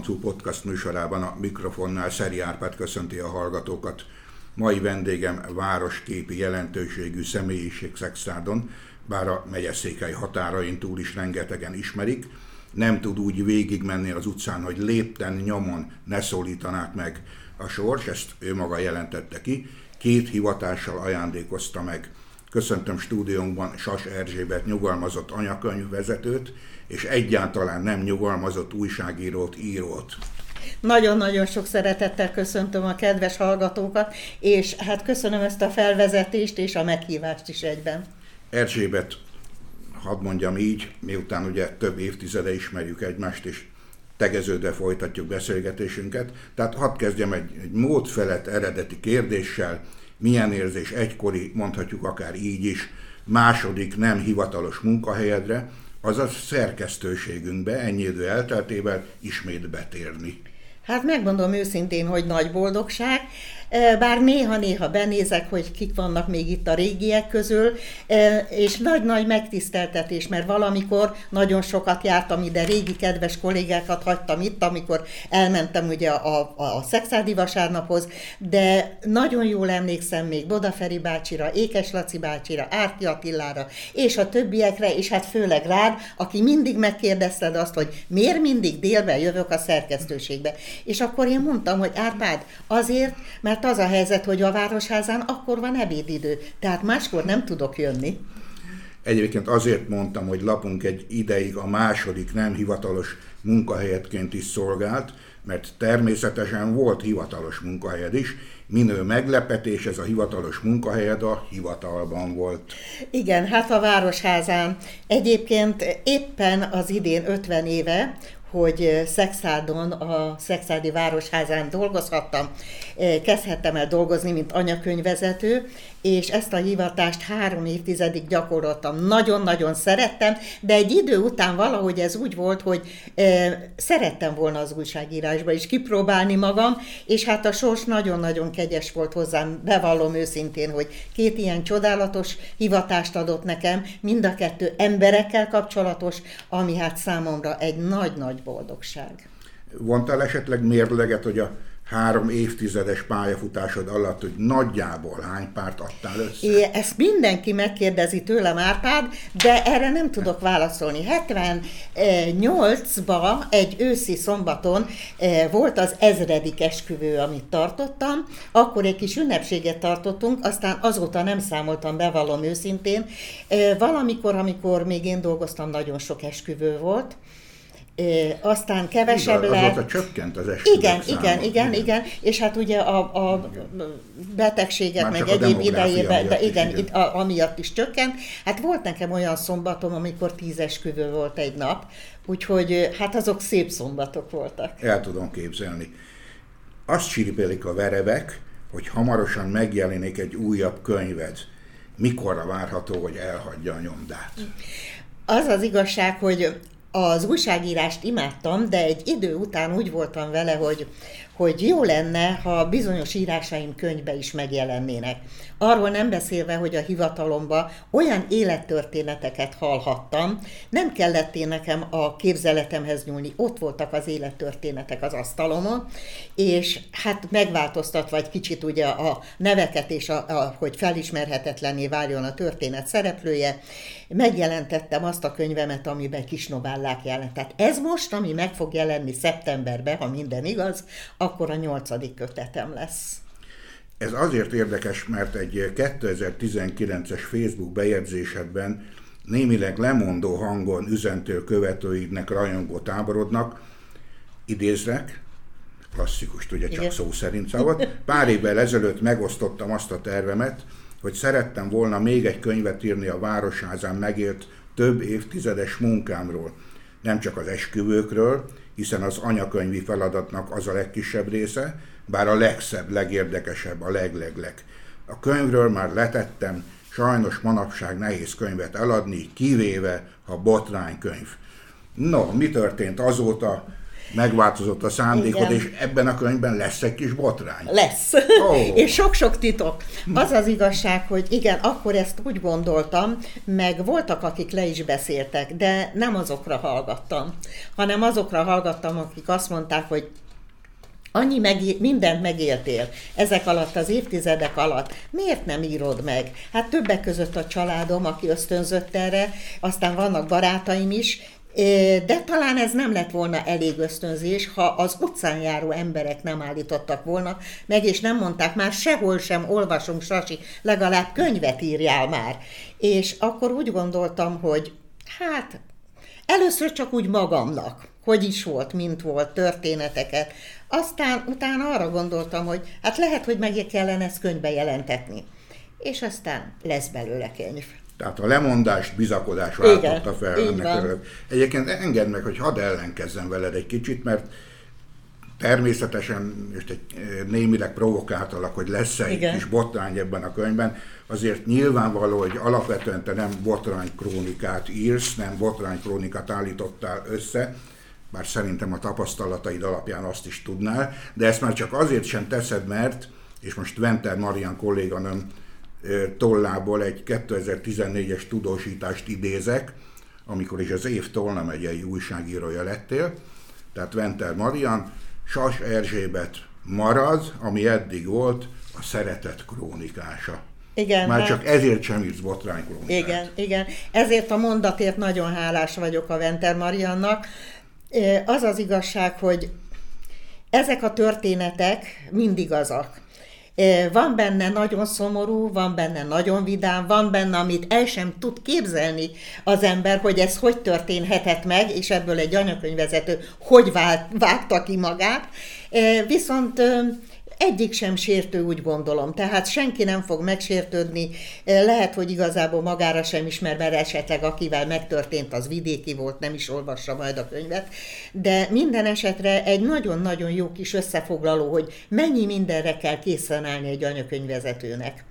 Könyv.hu podcast műsorában a mikrofonnál Szeri Árpád köszönti a hallgatókat. Mai vendégem városképi jelentőségű személyiség Szeksztádon, bár a megyeszékhely határain túl is rengetegen ismerik. Nem tud úgy végigmenni az utcán, hogy lépten nyomon ne szólítanák meg a sors, ezt ő maga jelentette ki. 2 hivatással ajándékozta meg. Köszöntöm stúdiónkban Sas Erzsébet nyugalmazott anyakönyvvezetőt, és egyáltalán nem nyugalmazott újságírót, írót. Nagyon-nagyon sok szeretettel köszöntöm a kedves hallgatókat, és hát köszönöm ezt a felvezetést és a meghívást is egyben. Erzsébet, hadd mondjam így, miután ugye több évtizede ismerjük egymást, és tegeződve folytatjuk beszélgetésünket, tehát hadd kezdjem egy mód felett eredeti kérdéssel. Milyen érzés egykori, mondhatjuk akár így is, második nem hivatalos munkahelyedre, azaz szerkesztőségünkbe ennyi idő elteltével ismét betérni? Hát megmondom őszintén, hogy nagy boldogság, bár néha-néha benézek, hogy kik vannak még itt a régiek közül, és nagy-nagy megtiszteltetés, mert valamikor nagyon sokat jártam ide, régi kedves kollégákat hagytam itt, amikor elmentem ugye a Szekszádi vasárnaphoz, de nagyon jól emlékszem még Boda Feri bácsira, Ékes Laci bácsira, Árki Attilára, és a többiekre, és hát főleg rád, aki mindig megkérdezted azt, hogy miért mindig délben jövök a szerkesztőségbe. És akkor én mondtam, hogy Árpád, azért, mert az a helyzet, hogy a Városházán akkor van ebédidő, tehát máskor nem tudok jönni. Egyébként azért mondtam, hogy lapunk egy ideig a második nem hivatalos munkahelyedként is szolgált, mert természetesen volt hivatalos munkahelyed is. Minő meglepetés, ez a hivatalos munkahelyed a hivatalban volt. Igen, hát a Városházán. Egyébként éppen az idén 50 éve, hogy Szekszádon, a Szekszádi Városházán dolgozhattam. Kezdhettem el dolgozni, mint anyakönyvvezető, és ezt a hivatást 3 évtizedig gyakoroltam. Nagyon-nagyon szerettem, de egy idő után valahogy ez úgy volt, hogy szerettem volna az újságírásba is kipróbálni magam, és hát a sors nagyon-nagyon kegyes volt hozzám, bevallom őszintén, hogy 2 ilyen csodálatos hivatást adott nekem, mind a 2 emberekkel kapcsolatos, ami hát számomra egy nagy-nagy boldogság. Vontál esetleg mérleget, hogy a 3 évtizedes pályafutásod alatt, hogy nagyjából hány párt adtál össze? Ezt mindenki megkérdezi tőlem, Árpád, de erre nem tudok válaszolni. 78-ban egy őszi szombaton volt az 1000. esküvő, amit tartottam, akkor egy kis ünnepséget tartottunk, aztán azóta nem számoltam, bevallom őszintén. Valamikor, amikor még én dolgoztam, nagyon sok esküvő volt, aztán kevesebb lett. Azóta csökkent az esküvők Igen, és hát ugye a betegségek meg egyéb idejében, de igen, amiatt is csökkent. Hát volt nekem olyan szombatom, amikor 10 esküvő volt egy nap, úgyhogy hát azok szép szombatok voltak. El tudom képzelni. Azt csiripélik a verebek, hogy hamarosan megjelenik egy újabb könyved. Mikorra várható, hogy elhagyja a nyomdát? Az az igazság, hogy az újságírást imádtam, de egy idő után úgy voltam vele, hogy jó lenne, ha bizonyos írásaim könyvbe is megjelennének. Arról nem beszélve, hogy a hivatalomban olyan élettörténeteket hallhattam, nem kellett én nekem a képzeletemhez nyúlni, ott voltak az élettörténetek az asztalomon, és hát megváltoztatva egy kicsit ugye a neveket, és hogy felismerhetetlenné váljon a történet szereplője, megjelentettem azt a könyvemet, amiben kis novellák jelent. Tehát ez most, ami meg fog jelenni szeptemberben, ha minden igaz, akkor a 8. kötetem lesz. Ez azért érdekes, mert egy 2019-es Facebook bejegyzésedben némileg lemondó hangon üzentél követőidnek, rajongó táborodnak, idézlek, klasszikus, ugye csak szó szerint szabad, pár évvel ezelőtt megosztottam azt a tervemet, hogy szerettem volna még egy könyvet írni a Városházán megélt több évtizedes munkámról, nem csak az esküvőkről, hiszen az anyakönyvi feladatnak az a legkisebb része, bár a legszebb, legérdekesebb, a legleg. A könyvről már letettem, sajnos manapság nehéz könyvet eladni, kivéve, ha botránykönyv. No, mi történt azóta? Megváltozott a szándékod, Igen. és ebben a könyvben lesz egy kis botrány. Lesz. Oh. És sok-sok titok. Az az igazság, hogy igen, akkor ezt úgy gondoltam, meg voltak, akik le is beszéltek, de nem azokra hallgattam, hanem azokra hallgattam, akik azt mondták, hogy mindent megéltél ezek alatt, az évtizedek alatt. Miért nem írod meg? Hát többek között a családom, aki ösztönzött erre, aztán vannak barátaim is, de talán ez nem lett volna elég ösztönzés, ha az utcán járó emberek nem állítottak volna meg, és nem mondták már, sehol sem olvasunk, Sasi, legalább könyvet írjál már. És akkor úgy gondoltam, hogy hát először csak úgy magamnak, hogy is volt, mint volt, történeteket. Aztán utána arra gondoltam, hogy hát lehet, hogy meg kellene ezt könyvbe jelentetni. És aztán lesz belőle könyv. Tehát a lemondást bizakodás váltotta fel ennek örök. Egyébként engedd meg, hogy hadd ellenkezzem veled egy kicsit, mert természetesen, és egy némileg provokáltalak, hogy lesz-e egy kis botrány ebben a könyvben, azért nyilvánvaló, hogy alapvetően te nem botránykrónikát írsz, nem botránykrónikát állítottál össze, bár szerintem a tapasztalataid alapján azt is tudnál, de ezt már csak azért sem teszed, mert, és most Venter Marian kolléganőm tollából egy 2014-es tudósítást idézek, amikor is az év Tolna megyei újságírója lettél, tehát Venter Marian, Sas Erzsébet marad, ami eddig volt, a szeretet krónikása. Igen, már csak ezért sem írsz botránykrónikát. Igen. Ezért a mondatért nagyon hálás vagyok a Venter Mariannak. Az az igazság, hogy ezek a történetek mind igazak. Van benne nagyon szomorú, van benne nagyon vidám, van benne, amit el sem tud képzelni az ember, hogy ez hogy történhetett meg, és ebből egy anyakönyvvezető hogy vágta ki magát. Viszont egyik sem sértő, úgy gondolom. Tehát senki nem fog megsértődni, lehet, hogy igazából magára sem ismer, mert esetleg akivel megtörtént, az vidéki volt, nem is olvassa majd a könyvet. De minden esetre egy nagyon-nagyon jó kis összefoglaló, hogy mennyi mindenre kell készen állni egy anyakönyvvezetőnek.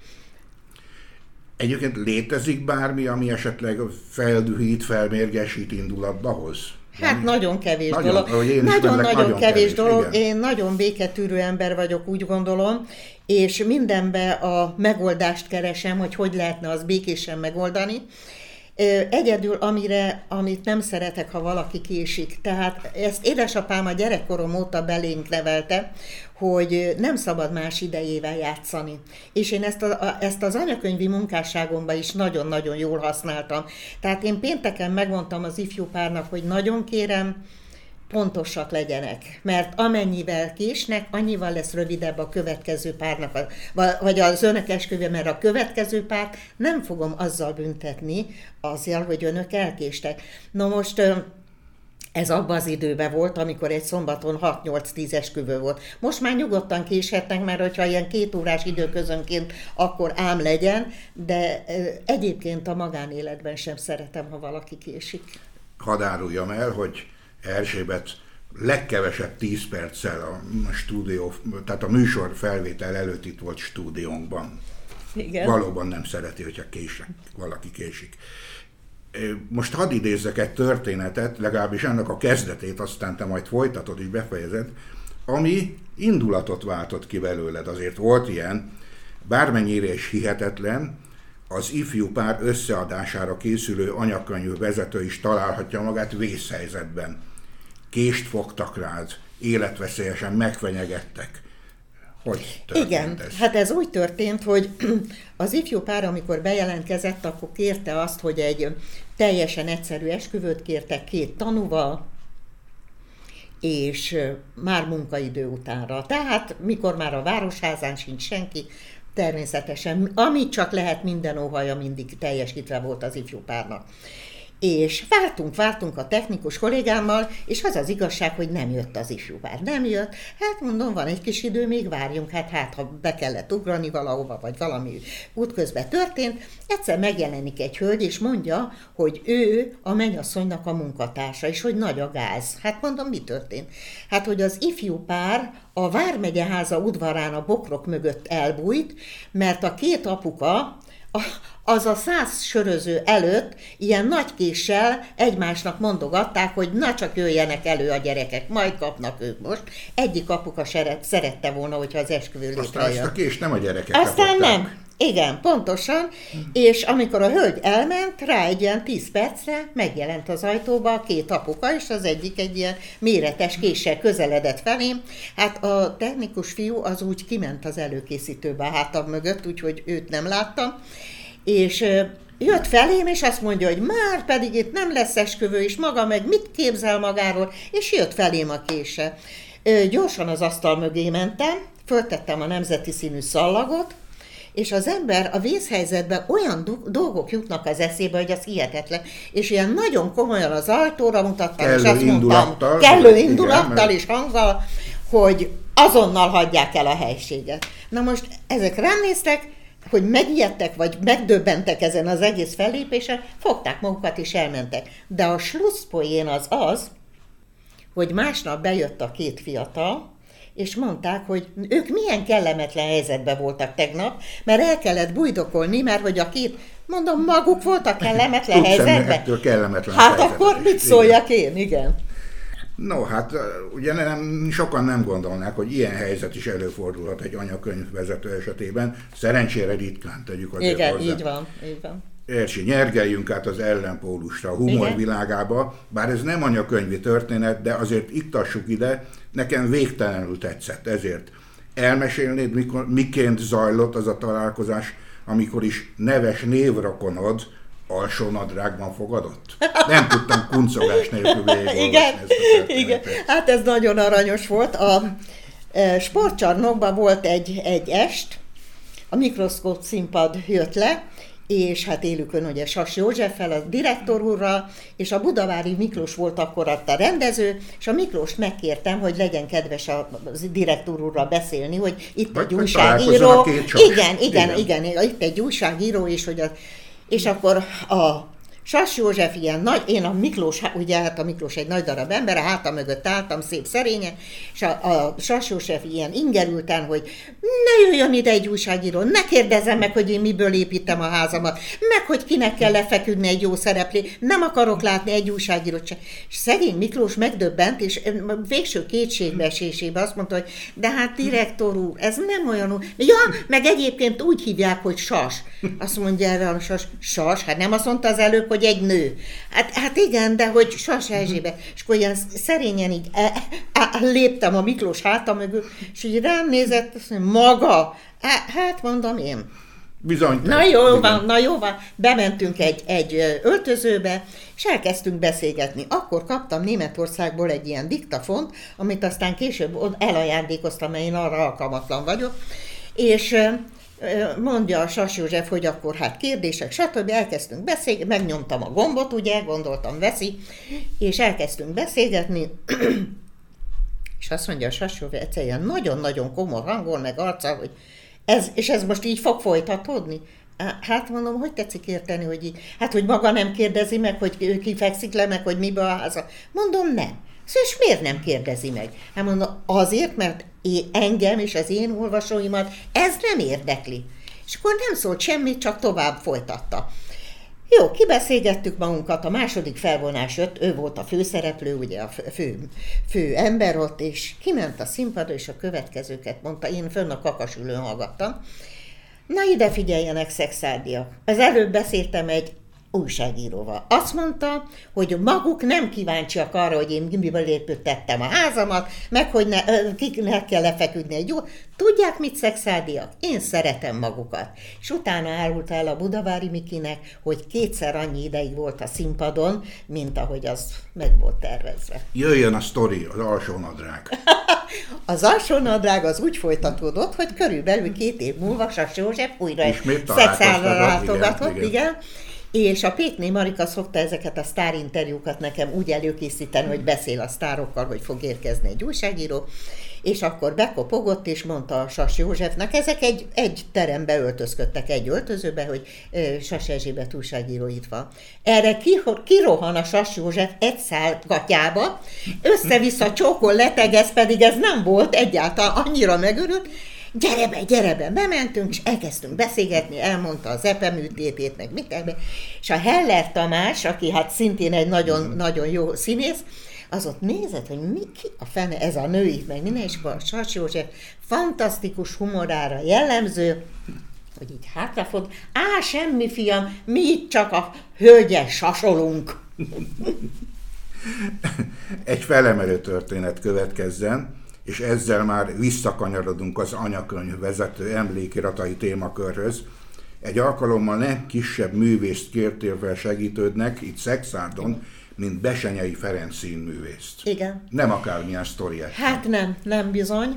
Egyébként létezik bármi, ami esetleg feldühít, felmérgesít, indulatba hoz? Hát nagyon kevés dolog. Nagyon kevés dolog. Igen. Én nagyon béketűrő ember vagyok, úgy gondolom, és mindenbe a megoldást keresem, hogy lehetne az békésen megoldani. Egyedül, amit nem szeretek, ha valaki késik. Tehát ezt édesapám a gyerekkorom óta belénk nevelte, hogy nem szabad más idejével játszani. És én ezt az anyakönyvi munkásságomban is nagyon-nagyon jól használtam. Tehát én pénteken megmondtam az ifjú párnak, hogy nagyon kérem, pontosak legyenek, mert amennyivel késnek, annyival lesz rövidebb a következő párnak, vagy az önök esküvője, mert a következő párt nem fogom azzal büntetni, azzal, hogy önök elkéstek. No most ez abban az időben volt, amikor egy szombaton 6-8-10 esküvő volt. Most már nyugodtan késhetnek, mert hogyha ilyen 2 órás időközönként, akkor ám legyen, de egyébként a magánéletben sem szeretem, ha valaki késik. Hadd áruljam el, hogy Erzsébet legkevesebb 10 perccel a stúdió, tehát a műsor felvétel előtt itt volt stúdiónkban. Igen. Valóban nem szereti, hogyha valaki késik. Most hadd idézzek egy történetet, legalábbis ennek a kezdetét, aztán te majd folytatod és befejezed, ami indulatot váltott ki belőled. Azért volt ilyen, bármennyire is hihetetlen, az ifjú pár összeadására készülő anyakönyv vezető is találhatja magát vészhelyzetben. Kést fogtak rád, életveszélyesen megfenyegettek. Hogy történt Igen, ez? hát ez úgy történt, hogy az ifjú pár, amikor bejelentkezett, akkor kérte azt, hogy egy teljesen egyszerű esküvőt kértek 2 tanúval, és már munkaidő utánra. Tehát mikor már a városházán sincs senki, természetesen, amit csak lehet, minden óhaja mindig teljesítve volt az ifjú párnak. És vártunk a technikus kollégámmal, és az az igazság, hogy nem jött az ifjú pár. Nem jött, hát mondom, van egy kis idő, még várjunk, hát ha be kellett ugrani valahova, vagy valami útközben történt, egyszer megjelenik egy hölgy, és mondja, hogy ő a mennyasszonynak a munkatársa, és hogy nagy a gáz. Hát mondom, mi történt? Hát, hogy az ifjú pár a Vármegyeháza udvarán a bokrok mögött elbújt, mert a 2 apuka az a 100 söröző előtt ilyen nagy késsel egymásnak mondogatták, hogy na csak jöjjenek elő a gyerekek, majd kapnak ők most. Egyik apuka szerette volna, hogyha az esküvő létrejön. Aztán ezt a kést nem a gyerekek Aztán kapották. nem. Igen, pontosan, és amikor a hölgy elment, rá egy ilyen 10 percre megjelent az ajtóba a 2 apuka, és az egyik egy ilyen méretes késsel közeledett felém. Hát a technikus fiú az úgy kiment az előkészítőbe a hátam mögött, úgyhogy őt nem láttam, és jött felém, és azt mondja, hogy már pedig itt nem lesz esküvő, és maga meg mit képzel magáról, és jött felém a kése. Gyorsan az asztal mögé mentem, föltettem a nemzeti színű szallagot, és az ember a vészhelyzetben olyan dolgok jutnak az eszébe, hogy az hihetetlen. És ilyen nagyon komolyan az ajtóra mutattam, és azt mondtam, kellő indulattal és hanggal, hogy azonnal hagyják el a helységet. Na most ezek rám néztek, hogy megijedtek, vagy megdöbbentek ezen az egész fellépésen, fogták magukat és elmentek. De a slusszpoén az, hogy másnap bejött a 2 fiatal, és mondták, hogy ők milyen kellemetlen helyzetben voltak tegnap, mert el kellett bujdokolni, mert hogy a 2, mondom, maguk voltak kellemetlen helyzetben. Kellemetlen hát akkor mit szóljak én, igen. No, hát ugye sokan nem gondolnák, hogy ilyen helyzet is előfordulhat egy anyakönyvvezető esetében. Szerencsére ritkán tegyük azért igen, hozzá. így van. Ersi, nyergeljünk át az ellenpólusra, a humor világába, bár ez nem anyakönyvi történet, de azért iktassuk ide, nekem végtelenül tetszett, ezért elmesélnéd, miként zajlott az a találkozás, amikor is neves névrokonod alsónadrágban fogadott? Nem tudtam kuncogás nélkül végigolvasni ezt a történetet. Hát ez nagyon aranyos volt. A sportcsarnokban volt egy est, a mikroszkóp színpad jött le, és hát élükön ugye Sas Józseffel, a direktor úrral, és a Budavári Miklós volt akkor a rendező, és a Miklóst megkértem, hogy legyen kedves a direktor úrral beszélni, hogy itt egy újságíró. Igen, itt egy újságíró, és akkor a Sas József ilyen nagy, én a Miklós, ugye hát a Miklós egy nagy darab ember, a hátam mögött álltam szép szerényen, és a Sas József ilyen ingerülten, hogy ne jöjjön ide egy újságíró, ne kérdezzem meg, hogy én miből építem a házamat, meg hogy kinek kell lefeküdni egy jó szereplő, nem akarok látni egy újságírót se. És szegény Miklós megdöbbent, és végső kétségbeesésében azt mondta, hogy de hát direktor úr, ez nem olyan úr. Ja, meg egyébként úgy hívják, hogy Sas. Azt mondja erre a Sas, hát nem azt mondta az előbb, hogy egy nő. Hát igen, de hogy Sas Erzsébet. És akkor ilyen szerényen így léptem a Miklós háta mögül, és így rám nézett, azt mondja, maga? Hát mondom én. Bizony. Na jó van. Bementünk egy öltözőbe, és elkezdtünk beszélgetni. Akkor kaptam Németországból egy ilyen diktafont, amit aztán később elajándékoztam, mert én arra alkalmatlan vagyok, és mondja a Sas József, hogy akkor hát kérdések, stb. Elkezdtünk beszélgetni, megnyomtam a gombot, ugye, gondoltam veszi, és elkezdtünk beszélgetni, és azt mondja a Sas József egyszerűen nagyon-nagyon komoly hangon, meg arccal, hogy ez most így fog folytatódni. Hát mondom, hogy tetszik érteni, hogy így, hát hogy maga nem kérdezi meg, hogy ki fekszik le, meg hogy mibe a háza. Mondom, nem. És miért nem kérdezi meg? Hát mondom, azért, mert engem és az én olvasóimat ez nem érdekli. És akkor nem szólt semmit, csak tovább folytatta. Jó, kibeszélgettük magunkat, a második felvonás jött, ő volt a főszereplő, ugye a fő ember ott, és kiment a színpadra, és a következőket mondta, én fönn a kakasülőn hallgattam. Na ide figyeljenek, szexárdiak. Az előbb beszéltem egy újságíróval. Azt mondta, hogy maguk nem kíváncsiak arra, hogy én miből építettem a házamat, meg hogy kiknek kell lefeküdni egy jó. Tudják mit, szexádiak? Én szeretem magukat. És utána árult el a Budavári Mikinek, hogy 2-szer annyi ideig volt a színpadon, mint ahogy az meg volt tervezve. Jöjjön a sztori, az alsónadrág. Az alsónadrág az úgy folytatódott, hogy körülbelül 2 év múlva Sas József újra szexárra látogatott, igen. És a Pékné Marika szokta ezeket a sztárinterjúkat nekem úgy előkészíteni, hogy beszél a sztárokkal, hogy fog érkezni egy újságíró, és akkor bekopogott, és mondta a Sas Józsefnek, ezek egy terembe öltözködtek, egy öltözőbe, hogy Sas Erzsébet újságíró itt van. Erre kirohan a Sas József egy szál gatyába, össze-vissza csókol, letegez, pedig ez nem volt egyáltalán, annyira megörült, gyere be, bementünk, és elkezdtünk beszélgetni, elmondta az epeműtétét, meg mit ebbe. És a Heller Tamás, aki hát szintén egy nagyon jó színész, az ott nézett, hogy ki a fene ez a nő itt, meg minden, és a Sas József fantasztikus humorára jellemző, hogy így hátraford, semmi fiam, mi itt csak a hölgyel sasolunk. Egy felemelő történet következzen, és ezzel már visszakanyarodunk az anyakönyv vezető emlékiratai témakörhöz. Egy alkalommal nem kisebb művészt kértél fel segítődnek, itt Szexárdon, mint Bessenyei Ferenc színművészt. Igen. Nem akármilyen sztori. Hát nem bizony.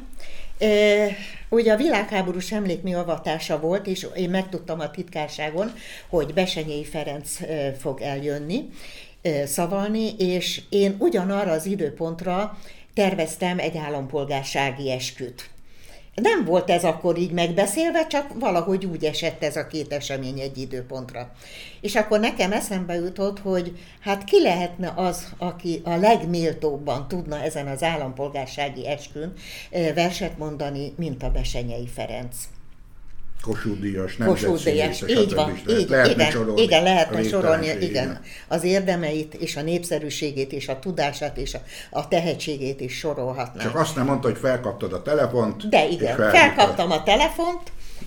Ugye a világháborús emlékmű avatása volt, és én megtudtam a titkárságon, hogy Bessenyei Ferenc fog eljönni, szavalni, és én ugyanarra az időpontra terveztem egy állampolgársági esküt. Nem volt ez akkor így megbeszélve, csak valahogy úgy esett ez a két esemény egy időpontra. És akkor nekem eszembe jutott, hogy hát ki lehetne az, aki a legméltóbban tudna ezen az állampolgársági eskün verset mondani, mint a Bessenyei Ferenc. Kossuth-díjas, Kossuth-díjas, így van, igen, lehetne sorolni, igen, az érdemeit, és a népszerűségét, és a tudását, és a tehetségét is sorolhatnám. Csak azt nem mondta, hogy felkaptad a telefont. De igen, felkaptam a telefont,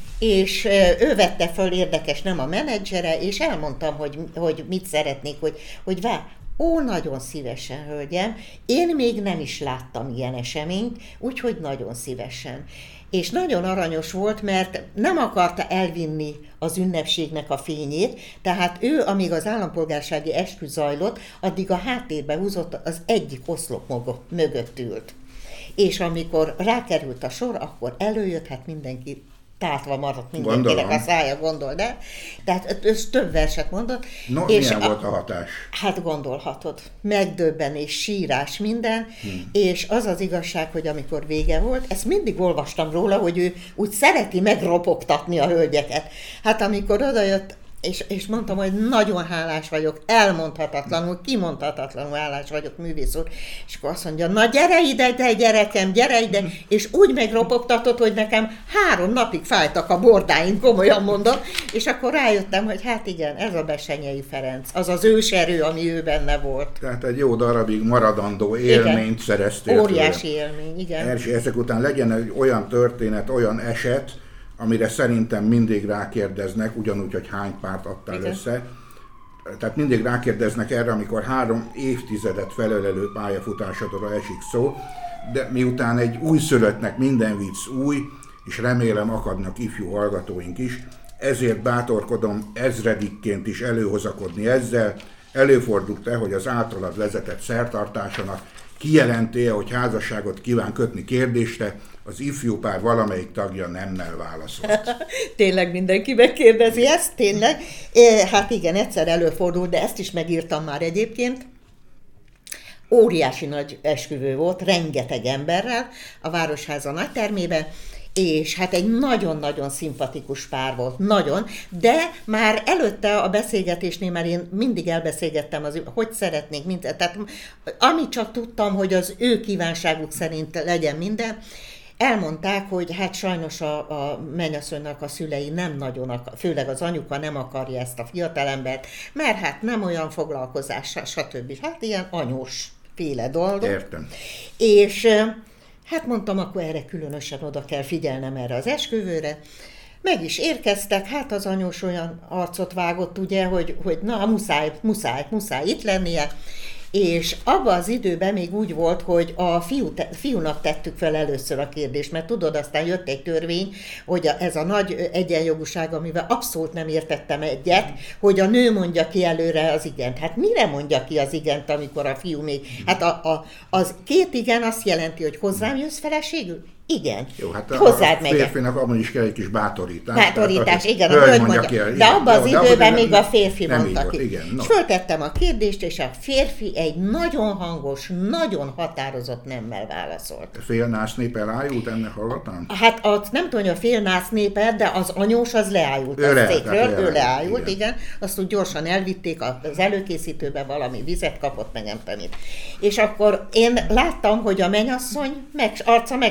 és ő vette föl, érdekes, nem a menedzsere, és elmondtam, hogy mit szeretnék, hogy nagyon szívesen, hölgyem, én még nem is láttam ilyen eseményt, úgyhogy nagyon szívesen. És nagyon aranyos volt, mert nem akarta elvinni az ünnepségnek a fényét, tehát ő, amíg az állampolgársági eskü zajlott, addig a háttérbe húzott, az egyik oszlop mögött ült. És amikor rákerült a sor, akkor előjött, hát mindenki tátva maradt mindenkinek a szája, gondold el. Tehát ő több verset mondott. No, és milyen volt a hatás? Hát gondolhatod. Megdöbbenés, sírás, minden. És az az igazság, hogy amikor vége volt, ezt mindig olvastam róla, hogy ő úgy szereti megropogtatni a hölgyeket. Hát amikor odajött, és mondtam, hogy nagyon hálás vagyok, elmondhatatlanul, kimondhatatlanul hálás vagyok, művész úr. És akkor azt mondja, na gyere ide, de gyerekem, gyere ide, és úgy megropogtatott, hogy nekem 3 napig fájtak a bordáim, komolyan mondom, és akkor rájöttem, hogy hát igen, ez a Bessenyei Ferenc, az az őserő, ami ő benne volt. Tehát egy jó darabig maradandó élményt szereztél. Óriási élmény, igen. Erzsi, ezek után legyen egy olyan történet, olyan eset, amire szerintem mindig rákérdeznek, ugyanúgy, hogy hány párt adtál össze. Tehát mindig rákérdeznek erre, amikor 3 évtizedet felölelő pályafutásodra esik szó, de miután egy újszülöttnek minden vicc új, és remélem akadnak ifjú hallgatóink is, ezért bátorkodom ezredikként is előhozakodni ezzel. Előfordult-e, hogy az általad vezetett szertartásonak kijelenti-e, hogy házasságot kíván kötni kérdésre, az ifjú pár valamelyik tagja nemmel válaszolt. Tényleg mindenki megkérdezi ezt, tényleg. Hát igen, egyszer előfordult, de ezt is megírtam már egyébként. Óriási nagy esküvő volt, rengeteg emberrel a Városháza nagytermében, és hát egy nagyon-nagyon szimpatikus pár volt, nagyon, de már előtte a beszélgetésnél már én mindig elbeszélgettem, hogy szeretnék, tehát amit csak tudtam, hogy az ő kívánságuk szerint legyen minden. Elmondták, hogy hát sajnos a mennyasszonynak a szülei nem nagyon, főleg az anyuka nem akarja ezt a fiatalembert, mert hát nem olyan foglalkozás, stb. Hát ilyen anyós féle dolog. Értem. És hát mondtam, akkor erre különösen oda kell figyelnem erre az esküvőre. Meg is érkeztek, hát az anyós olyan arcot vágott, ugye, hogy na, muszáj itt lennie. És abban az időben még úgy volt, hogy a fiúnak tettük fel először a kérdést, mert tudod, aztán jött egy törvény, hogy ez a nagy egyenjogúság, amivel abszolút nem értettem egyet, hogy a nő mondja ki előre az igent. Hát mire mondja ki az igent, amikor a fiú még... Hát az 2 igen azt jelenti, hogy hozzám jössz feleségül? Igen. Jó, hát a férfinak amúgy is kell egy kis bátorítás. Bátorítás, igen, a hölgy mondja. De abban az időben még a férfi mondta ki. És föltettem a kérdést, és a férfi egy nagyon hangos, nagyon határozott nemmel válaszolt. Félnász nép elájult ennek hallgatán? Hát nem tudom, hogy a félnász népet, de az anyós az leájult a székről. Ő leájult, igen. Azt úgy gyorsan elvitték az előkészítőbe, valami vizet kapott, meg nem tanít. És akkor én láttam, hogy a mennyasszony arca meg se rándult.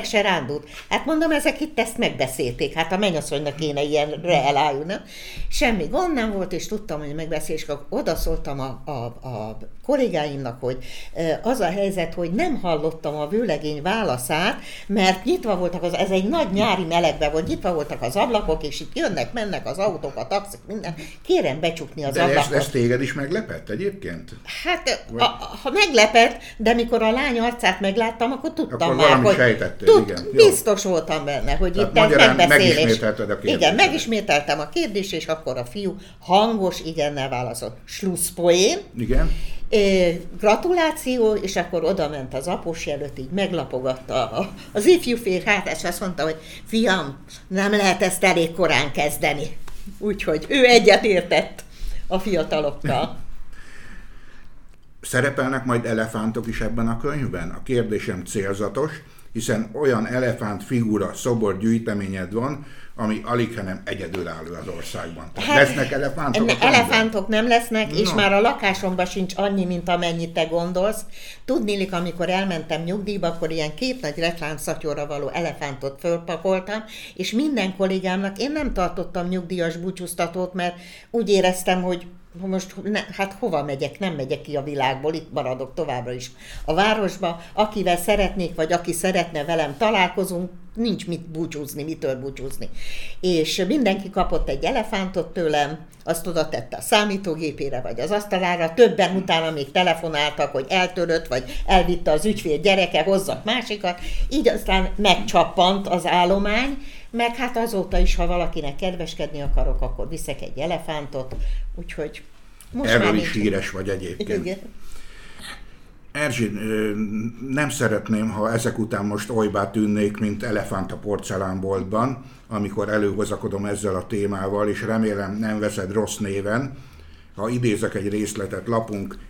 zarándút. Hát mondom, ezek itt ezt megbeszélték, hát a mennyasszonynak kéne ilyenre elállni, nem? Semmi gond nem volt, és tudtam, hogy megbeszélés, akkor odaszóltam a kollégáimnak, hogy az a helyzet, hogy nem hallottam a vőlegény válaszát, mert nyitva voltak, ez egy nagy nyári melegben volt, nyitva voltak az ablakok, és itt jönnek, mennek az autók, a taxik, minden. Kérem becsukni az ablakot. De ez téged is meglepett egyébként? Hát, ha meglepett, de mikor a lány arcát megláttam, akkor tudtam akkor már, hogy igen. biztos voltam benne, hogy tehát itt ez megbeszélés. Megismételted a kérdést. Igen, megismételtem a kérdést, és akkor a fiú hangos igennel válaszolt. Schlusspoén. Igen. Gratuláció, és akkor oda ment az após jelölt, így meglapogatta az ifjú férj, és azt mondta, hogy fiam, nem lehet ezt elég korán kezdeni. Úgyhogy ő egyetértett a fiatalokkal. Szerepelnek majd elefántok is ebben a könyvben? A kérdésem célzatos, hiszen olyan elefánt figura szobor gyűjteményed van, ami alig, hanem egyedülálló az országban. Hát, lesznek elefántok? Elefántok nem lesznek, és már a lakásomban sincs annyi, mint amennyit te gondolsz. Tudniillik, amikor elmentem nyugdíjba, akkor ilyen 2 nagy reklámszatyorra való elefántot fölpakoltam, és minden kollégámnak, én nem tartottam nyugdíjas búcsúztatót, mert úgy éreztem, hogy most hát hova megyek, nem megyek ki a világból, itt maradok továbbra is a városba, akivel szeretnék, vagy aki szeretne velem találkozunk, nincs mit búcsúzni, mitől búcsúzni. És mindenki kapott egy elefántot tőlem, azt oda tette a számítógépére, vagy az asztalára, többen utána még telefonáltak, hogy eltörött, vagy elvitte az ügyfél gyereke, hozzak másikat, így aztán megcsappant az állomány, meg hát azóta is, ha valakinek kedveskedni akarok, akkor viszek egy elefántot, úgyhogy most erről is híres vagy egyébként. Igen. Erzsi, nem szeretném, ha ezek után most olybá tűnnék, mint elefánt a porcelánboltban, amikor előhozakodom ezzel a témával, és remélem nem veszed rossz néven. Ha idézek egy részletet, lapunk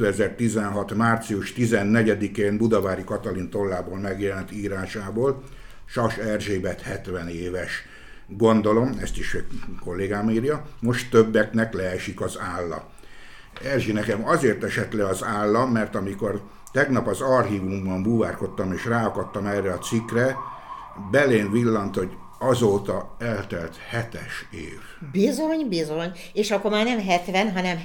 2016. március 14-én Budavári Katalin tollából megjelent írásából, Sas Erzsébet 70 éves. Gondolom, ezt is kollégám írja, most többeknek leesik az álla. Erzsi, nekem azért esett le az álla, mert amikor tegnap az archívumban búvárkodtam és ráakadtam erre a cikkre, belém villant, hogy azóta eltelt 7 év. Bizony, és akkor már nem 70, hanem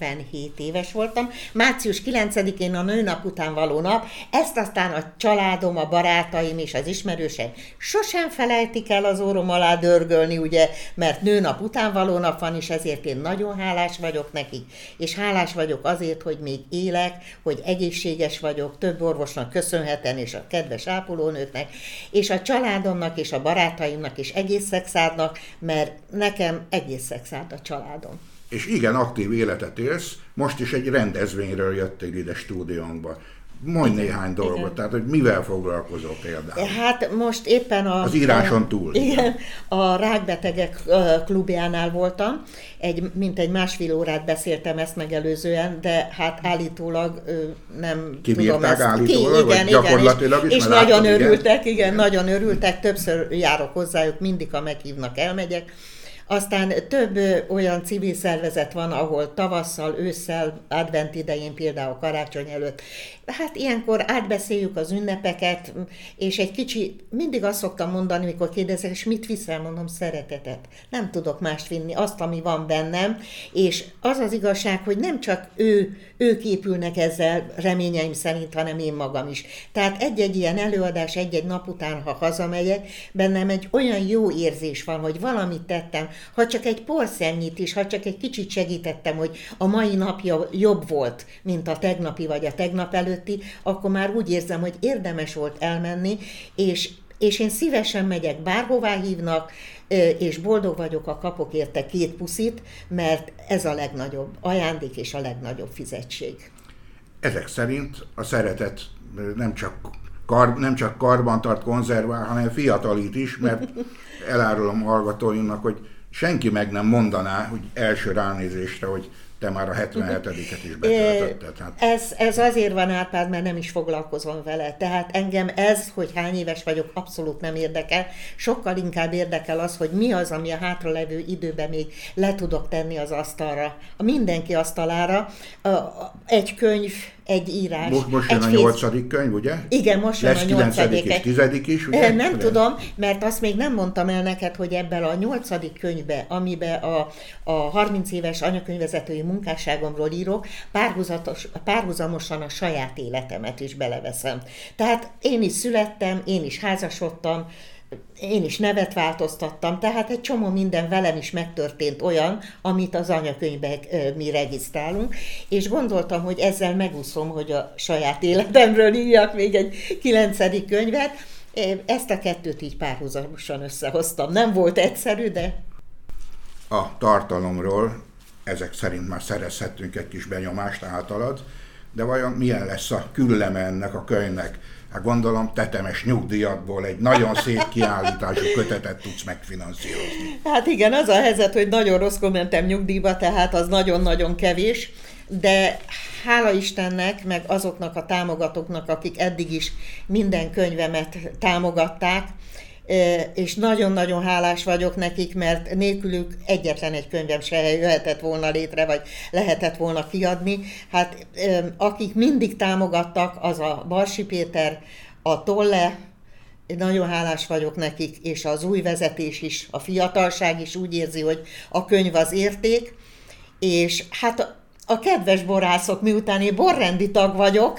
77 éves voltam. Március 9-én a nőnap után való nap, ezt aztán a családom, a barátaim és az ismerőseim sosem felejtik el az orrom alá dörgölni, ugye, mert nőnap után való nap van, és ezért én nagyon hálás vagyok nekik, és hálás vagyok azért, hogy még élek, hogy egészséges vagyok, több orvosnak köszönhetem, és a kedves ápolónőknek, és a családomnak, és a barátaimnak, és egész szexádnak, mert nekem egész szexárd a családom. És igen, aktív életet élsz, most is egy rendezvényről jöttél ide stúdiónkba. Mondj néhány dolgot, igen. Tehát hogy mivel foglalkozol például? Hát most éppen az íráson túl. Igen, a rákbetegek klubjánál voltam, mintegy 1,5 órát beszéltem ezt megelőzően, de hát állítólag nem tudom ezt. Állítólag, igen, gyakorlatilag is, és nagyon örültek, igen, nagyon örültek, többször járok hozzájuk, mindig, ha meghívnak, elmegyek. Aztán több olyan civil szervezet van, ahol tavasszal, ősszel, advent idején, például karácsony előtt, hát ilyenkor átbeszéljük az ünnepeket, és egy kicsi, mindig azt szoktam mondani, mikor kérdezek, és mit viszel, mondom, szeretetet. Nem tudok mást vinni, azt, ami van bennem, és az az igazság, hogy nem csak ők épülnek ezzel reményeim szerint, hanem én magam is. Tehát egy-egy ilyen előadás, egy-egy nap után, ha hazamegyek, bennem egy olyan jó érzés van, hogy valamit tettem, ha csak egy porszennyit is, ha csak egy kicsit segítettem, hogy a mai napja jobb volt, mint a tegnapi vagy a tegnap előtti, akkor már úgy érzem, hogy érdemes volt elmenni, és én szívesen megyek, bárhová hívnak, és boldog vagyok, ha kapok érte 2 puszit, mert ez a legnagyobb ajándék és a legnagyobb fizetség. Ezek szerint a szeretet nem csak karban tart, konzervál, hanem fiatalít is, mert elárulom hallgatóinknak, hogy senki meg nem mondaná, hogy első ránézésre, hogy te már a 77-et is betöltötted. Hát. Ez azért van, Árpád, mert nem is foglalkozom vele. Tehát engem ez, hogy hány éves vagyok, abszolút nem érdekel. Sokkal inkább érdekel az, hogy mi az, ami a hátralevő időben még le tudok tenni az asztalra. A mindenki asztalára. Egy könyv, egy írás. Most jön a 8. könyv, ugye? Igen, most jön a 8. és 10. is, ugye? Nem tudom, mert azt még nem mondtam el neked, hogy ebben a 8. könyvbe, amiben a 30 éves anyakönyvvezetői munkásságomról írok, párhuzamosan a saját életemet is beleveszem. Tehát én is születtem, én is házasodtam, én is nevet változtattam, tehát egy csomó minden velem is megtörtént olyan, amit az anyakönyvben mi regisztrálunk, és gondoltam, hogy ezzel megúszom, hogy a saját életemről írjak még egy 9. könyvet. Ezt a kettőt így párhuzamosan összehoztam. Nem volt egyszerű, de... A tartalomról ezek szerint már szerezhetünk egy kis benyomást általad, de vajon milyen lesz a külleme ennek a könyvnek? Hát gondolom, tetemes nyugdíjadból egy nagyon szép kiállítású kötetet tudsz megfinanszírozni. Hát igen, az a helyzet, hogy nagyon rosszkor mentem nyugdíjba, tehát az nagyon-nagyon kevés, de hála Istennek, meg azoknak a támogatóknak, akik eddig is minden könyvemet támogatták, és nagyon-nagyon hálás vagyok nekik, mert nélkülük egyetlen egy könyvem se jöhetett volna létre, vagy lehetett volna kiadni. Hát akik mindig támogattak, az a Barsi Péter, a Tolle, nagyon hálás vagyok nekik, és az új vezetés is, a fiatalság is úgy érzi, hogy a könyv az érték, és hát a kedves borászok, miután én borrendi tag vagyok,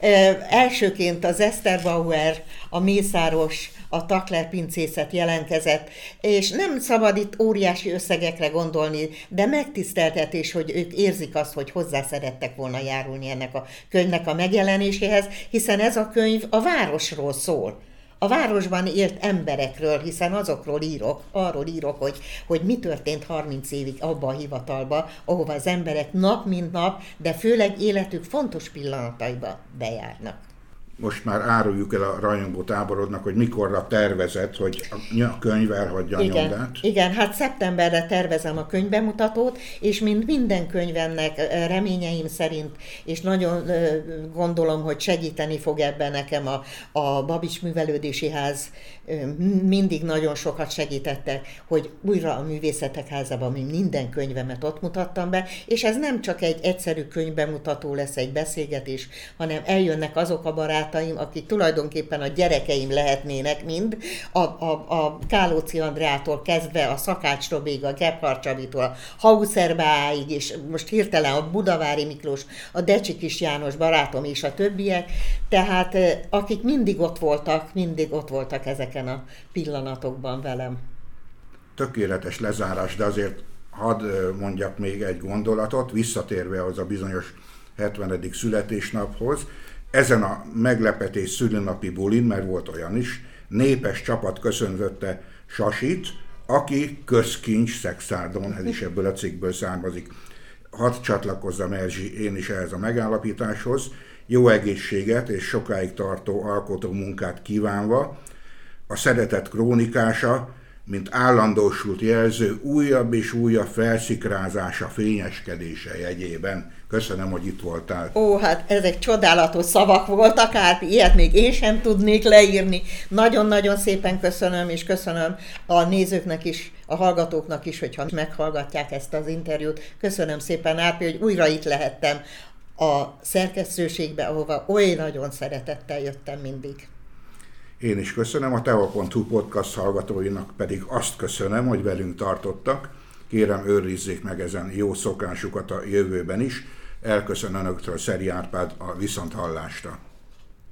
elsőként az Eszterbauer, a Mészáros, a Takler pincészet jelentkezett, és nem szabad itt óriási összegekre gondolni, de megtiszteltetés, hogy ők érzik azt, hogy hozzá szerettek volna járulni ennek a könyvnek a megjelenéséhez, hiszen ez a könyv a városról szól. A városban élt emberekről, hiszen azokról írok, arról írok, hogy mi történt 30 évig abba a hivatalba, ahova az emberek nap mint nap, de főleg életük fontos pillanataiba bejárnak. Most már áruljuk el a rajongó táborodnak, hogy mikorra tervezed, hogy a könyv elhagyja a nyomdát. Igen, hát szeptemberre tervezem a könyvbemutatót, és mint minden könyvemnek reményeim szerint, és nagyon gondolom, hogy segíteni fog ebben nekem a Babics Művelődési Ház, mindig nagyon sokat segítettek, hogy újra a Művészetek Házában minden könyvemet ott mutattam be, és ez nem csak egy egyszerű könyvbemutató lesz, egy beszélgetés, hanem eljönnek azok a barátaim, akik tulajdonképpen a gyerekeim lehetnének mind, a Kálóci Andreától kezdve a Szakács Robig, a Gebhardt Csabitól, a Hauser Beáig, és most hirtelen a Budavári Miklós, a Decsik János barátom és a többiek, tehát akik mindig ott voltak ezeken a pillanatokban velem. Tökéletes lezárás, de azért hadd mondjak még egy gondolatot, visszatérve az a bizonyos 70. születésnaphoz. Ezen a meglepetés szülinapi bulin, mert volt olyan is, népes csapat köszöntötte Sasit, aki közkincs Szexárdon, ez is ebből a cikkből származik. Hadd csatlakozzam Erzsi én is ehhez a megállapításhoz, jó egészséget és sokáig tartó alkotó munkát kívánva, a szeretet krónikása, mint állandósult jelző, újabb és újabb felszikrázása, fényeskedése jegyében. Köszönöm, hogy itt voltál. Ó, hát ezek csodálatos szavak voltak, hát ilyet még én sem tudnék leírni. Nagyon-nagyon szépen köszönöm, és köszönöm a nézőknek is, a hallgatóknak is, hogyha meghallgatják ezt az interjút. Köszönöm szépen, Árpi, hogy újra itt lehettem a szerkesztőségbe, ahova oly nagyon szeretettel jöttem mindig. Én is köszönöm, a Teo.hu podcast hallgatóinak pedig azt köszönöm, hogy velünk tartottak. Kérem, őrizzék meg ezen jó szokásukat a jövőben is. Elköszön önöktől Szeri Árpád, a viszonthallásra.